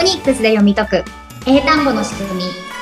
ニックスで読み解く英単語の仕組み。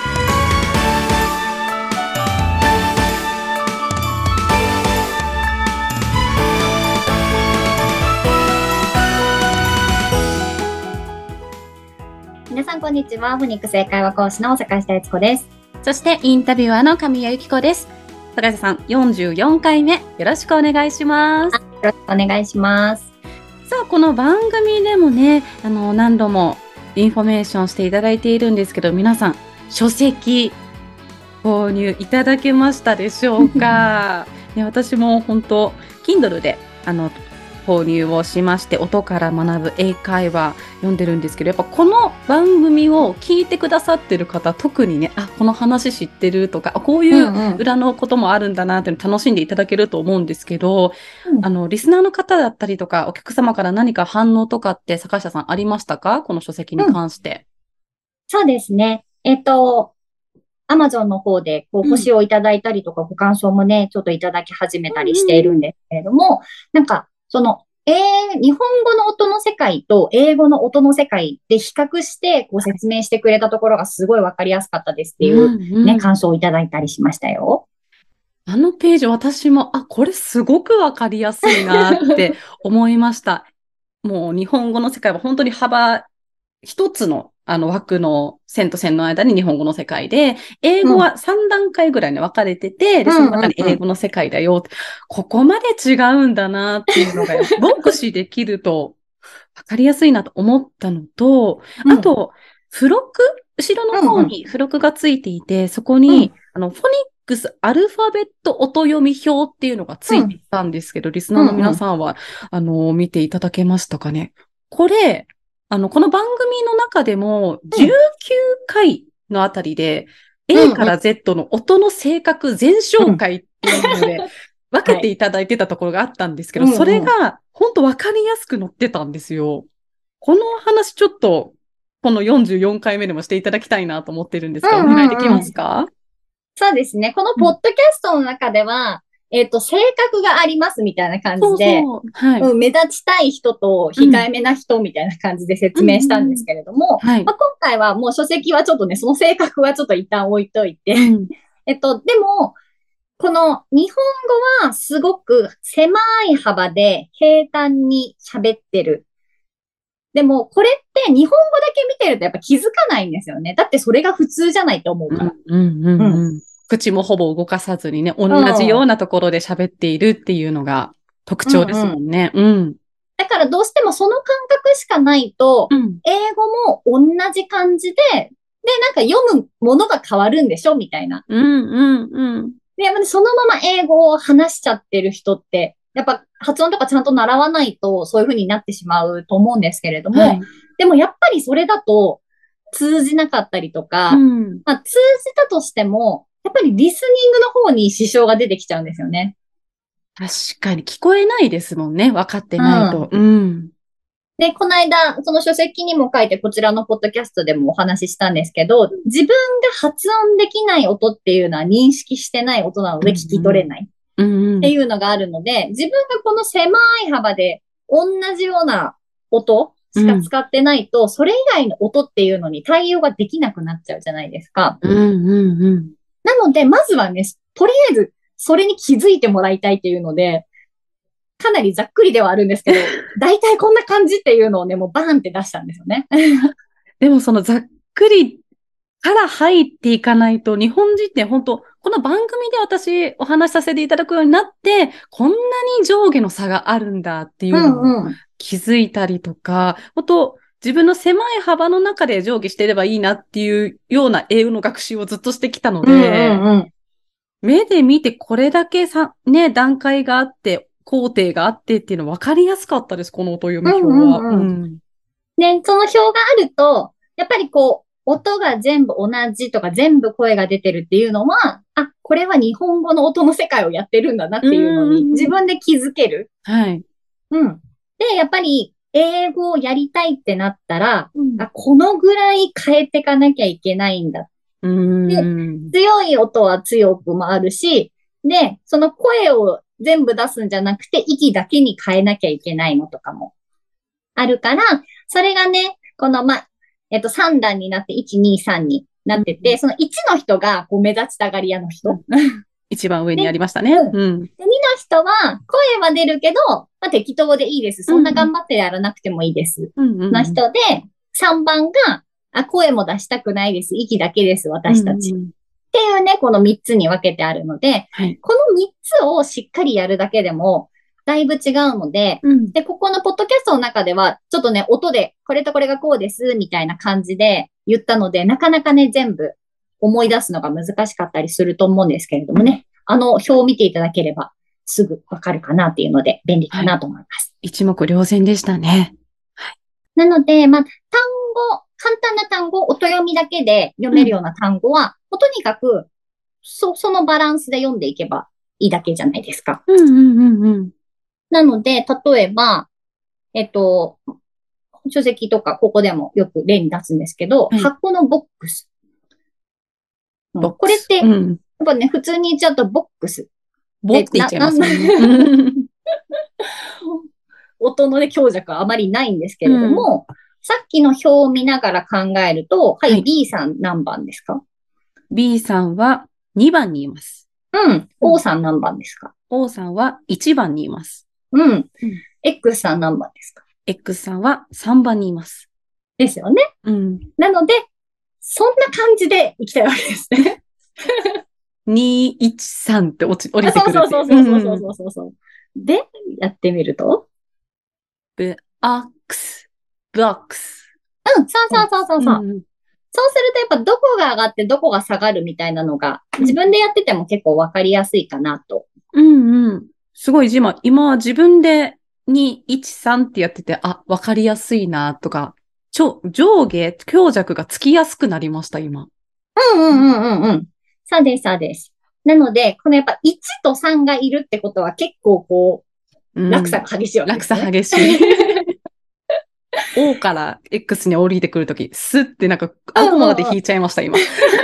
皆さんこんにちは。フォニックス英会話講師の坂下悦子です。 そしてインタビュアーの神谷由紀子です。坂下さん、44回目よろしくお願いします。 よろしくお願いします。 さあ、この番組でもね、何度もインフォメーションしていただいているんですけど、皆さん書籍購入いただけましたでしょうか？ね、私も本当 Kindle で購入をしまして、音から学ぶ英会話読んでるんですけど、やっぱこの番組を聞いてくださってる方、特にね、この話知ってるとか、こういう裏のこともあるんだなっていうの楽しんでいただけると思うんですけど、リスナーの方だったりとか、お客様から何か反応とかって坂下さんありましたか？この書籍に関して。 そうですね。Amazon の方で星をいただいたりとか、ご感想もね、ちょっといただき始めたりしているんですけれども、なんか、日本語の音の世界と英語の音の世界で比較して説明してくれたところがすごいわかりやすかったですっていうね、感想をいただいたりしましたよ。 あのページ、私も、これすごくわかりやすいなって思いました。もう日本語の世界は本当に幅一つの枠の線と線の間に日本語の世界で、英語は3段階ぐらいに分かれてて、で、その中に英語の世界だよ。ここまで違うんだなっていうのが、目視できると分かりやすいなと思ったのと、あと、付録、後ろの方に付録がついていて、そこに、フォニックスアルファベット音読み表っていうのがついていたんですけど、リスナーの皆さんは、見ていただけましたかね。これ、この番組の中でも19回のあたりで、A から Z の音の性格全紹介っていうので分けていただいてたところがあったんですけど、それが本当分かりやすく載ってたんですよ。この話ちょっと、この44回目でもしていただきたいなと思ってるんですが、お願いできますか？ そうですね。このポッドキャストの中では、性格がありますみたいな感じで、目立ちたい人と控えめな人みたいな感じで説明したんですけれども、今回はもう書籍はちょっとね、その性格はちょっと一旦置いといて、でも、この日本語はすごく狭い幅で平坦に喋ってる。でも、これって日本語だけ見てるとやっぱ気づかないんですよね。だってそれが普通じゃないと思うから。 口もほぼ動かさずにね、同じようなところで喋っているっていうのが特徴ですもんね。 だからどうしてもその感覚しかないと、英語も同じ感じで、なんか読むものが変わるんでしょみたいな。で、そのまま英語を話しちゃってる人って、やっぱ発音とかちゃんと習わないとそういう風になってしまうと思うんですけれども、でもやっぱりそれだと通じなかったりとか、通じたとしても、やっぱりリスニングの方に支障が出てきちゃうんですよね。 確かに聞こえないですもんね。分かってないと。 で、この間、その書籍にも書いて、こちらのポッドキャストでもお話ししたんですけど、自分が発音できない音っていうのは認識してない音なので聞き取れないっていうのがあるので、自分がこの狭い幅で同じような音しか使ってないと、それ以外の音っていうのに対応ができなくなっちゃうじゃないですか。なので、まずはね、とりあえず、それに気づいてもらいたいっていうので、かなりざっくりではあるんですけど、大体こんな感じっていうのをね、もうバーンって出したんですよね。 でもそのざっくりから入っていかないと、日本人って本当、この番組で私お話しさせていただくようになって、こんなに上下の差があるんだっていうのを気づいたりとか、本当、自分の狭い幅の中で上下してればいいなっていうような英語の学習をずっとしてきたので、目で見てこれだけ段階があって、工程があってっていうの分かりやすかったです、この音読み表は。 で、その表があると、やっぱり音が全部同じとか全部声が出てるっていうのは、これは日本語の音の世界をやってるんだなっていうのに自分で気づける。で、やっぱり英語をやりたいってなったら、このぐらい変えていかなきゃいけないんだ。で、強い音は強くもあるし、で、その声を全部出すんじゃなくて、息だけに変えなきゃいけないのとかもあるから、それがね、 3段になって1、2、3になってて、その1の人がこう目立ちたがり屋の人。 一番上にありましたね。 で、2の人は声は出るけど、まあ、適当でいいです。そんな頑張ってやらなくてもいいです。の人で、3番が、声も出したくないです。息だけです、私たち。っていうね、この3つに分けてあるので、この3つをしっかりやるだけでも、だいぶ違うので、で、ここのポッドキャストの中では、ちょっとね、音で、これとこれがこうです、みたいな感じで言ったので、なかなかね、全部思い出すのが難しかったりすると思うんですけれどもね、表を見ていただければ、すぐわかるかなっていうので、便利かなと思います。 一目瞭然でしたね。 なので、まあ、簡単な単語、音読みだけで読めるような単語は、とにかく、そのバランスで読んでいけばいいだけじゃないですか。なので、例えば、書籍とかここでもよく例に出すんですけど、箱のボックス。これって、やっぱね、普通に言っちゃうとボックス。 ボって言っちゃいますね。 音のね、強弱はあまりないんですけれども、さっきの表を見ながら考えると、はい、B さん何番ですか？ B さんは2番にいます。 O さん何番ですか？ O さんは1番にいます。 X さん何番ですか？ X さんは3番にいます。 ですよね。なので、そんな感じでいきたいわけですね。 2、1、3って降りてくる。 そう。で、やってみるとブアックス。そうするとやっぱどこが上がってどこが下がるみたいなのが、自分でやってても結構わかりやすいかなと。 すごい、今自分で2、1、3ってやってて、わかりやすいなとか、上下、強弱がつきやすくなりました、今。 そうです。なので、このやっぱ1と3がいるってことは結構こう、落差が激しいわけですね。 落差激しい。O から X に降りてくるとき、スってなんか、顎まで引いちゃいました、今。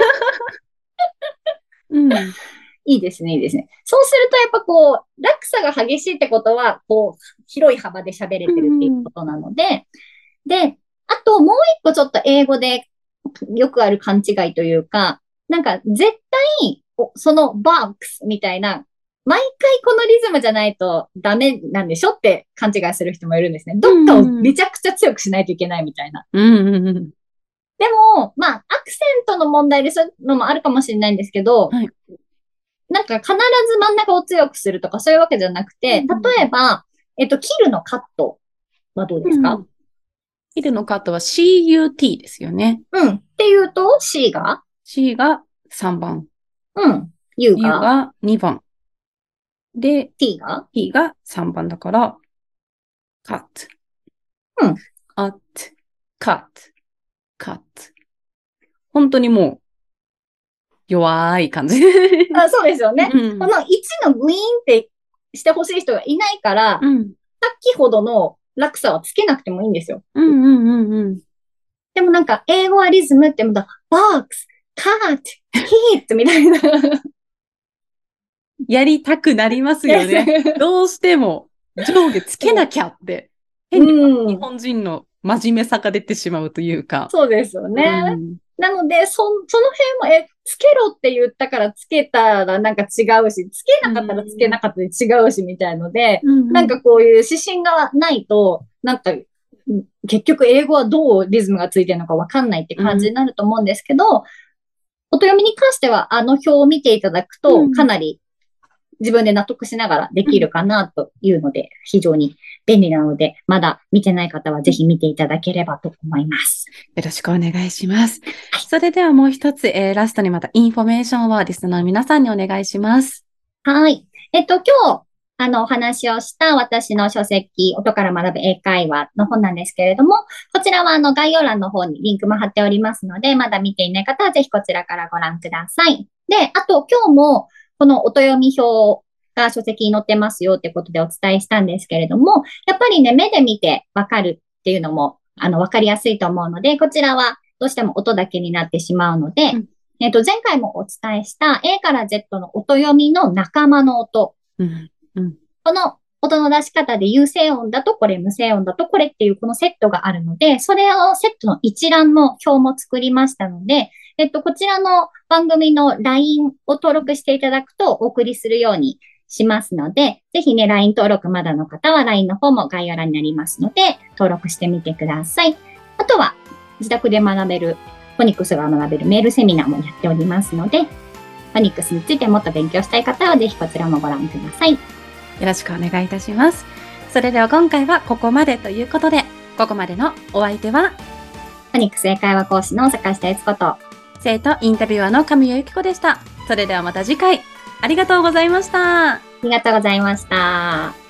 いいですね。そうするとやっぱこう、落差が激しいってことは、こう、広い幅で喋れてるっていうことなので、で、あともう一個ちょっと英語でよくある勘違いというか、なんか絶対、そのボックスみたいな、毎回このリズムじゃないとダメなんでしょって勘違いする人もいるんですね。どっかをめちゃくちゃ強くしないといけないみたいな。でも、まあ、アクセントの問題でそういうのもあるかもしれないんですけど、なんか必ず真ん中を強くするとかそういうわけじゃなくて、例えば、キルのカットはどうですか？ キルのカットは CUT ですよね。 っていうと C が ?C が3番。 U が2番。で、 T が 3番だから、カット。カット。本当にもう、弱い感じ。 そうですよね。この1のグイーンってしてほしい人がいないから、さっきほどの落差はつけなくてもいいんですよ。でもなんか、英語はリズムってボックス、カット、ヒットみたいな。 やりたくなりますよね。どうしても上下つけなきゃって。変に日本人の真面目さが出てしまうというか。 そうですよね。なので、その辺も、つけろって言ったからつけたらなんか違うし、つけなかったらつけなかったで違うしみたいので、なんかこういう指針がないと、なんか結局英語はどうリズムがついてるのかわかんないって感じになると思うんですけど、音読みに関しては表を見ていただくとかなり自分で納得しながらできるかなというので、非常に便利なので、まだ見てない方はぜひ見ていただければと思います。 よろしくお願いします。それではもう一つ、ラストにまたインフォメーションはリスナーの皆さんにお願いします。 はい。今日、お話をした私の書籍、音から学ぶ英会話の本なんですけれども、こちらは概要欄の方にリンクも貼っておりますので、まだ見ていない方はぜひこちらからご覧ください。で、あと今日もこの音読み表が書籍に載ってますよってことでお伝えしたんですけれども、やっぱりね、目で見てわかるっていうのも、わかりやすいと思うので、こちらはどうしても音だけになってしまうので、前回もお伝えした A から Z の音読みの仲間の音。この音の出し方で有声音だとこれ、無声音だとこれっていうこのセットがあるので、それをセットの一覧の表も作りましたので、こちらの番組の LINE を登録していただくとお送りするようにしますので、ぜひね、LINE 登録まだの方は LINE の方も概要欄になりますので、登録してみてください。あとは、自宅で学べる、フォニックスが学べるメールセミナーもやっておりますので、フォニックスについてもっと勉強したい方は、ぜひこちらもご覧ください。 よろしくお願いいたします。それでは今回はここまでということで、ここまでのお相手は、 フォニックス英会話講師の坂下悦子と、 生徒インタビュアーの神谷由紀子でした。それではまた次回、ありがとうございました。 ありがとうございました。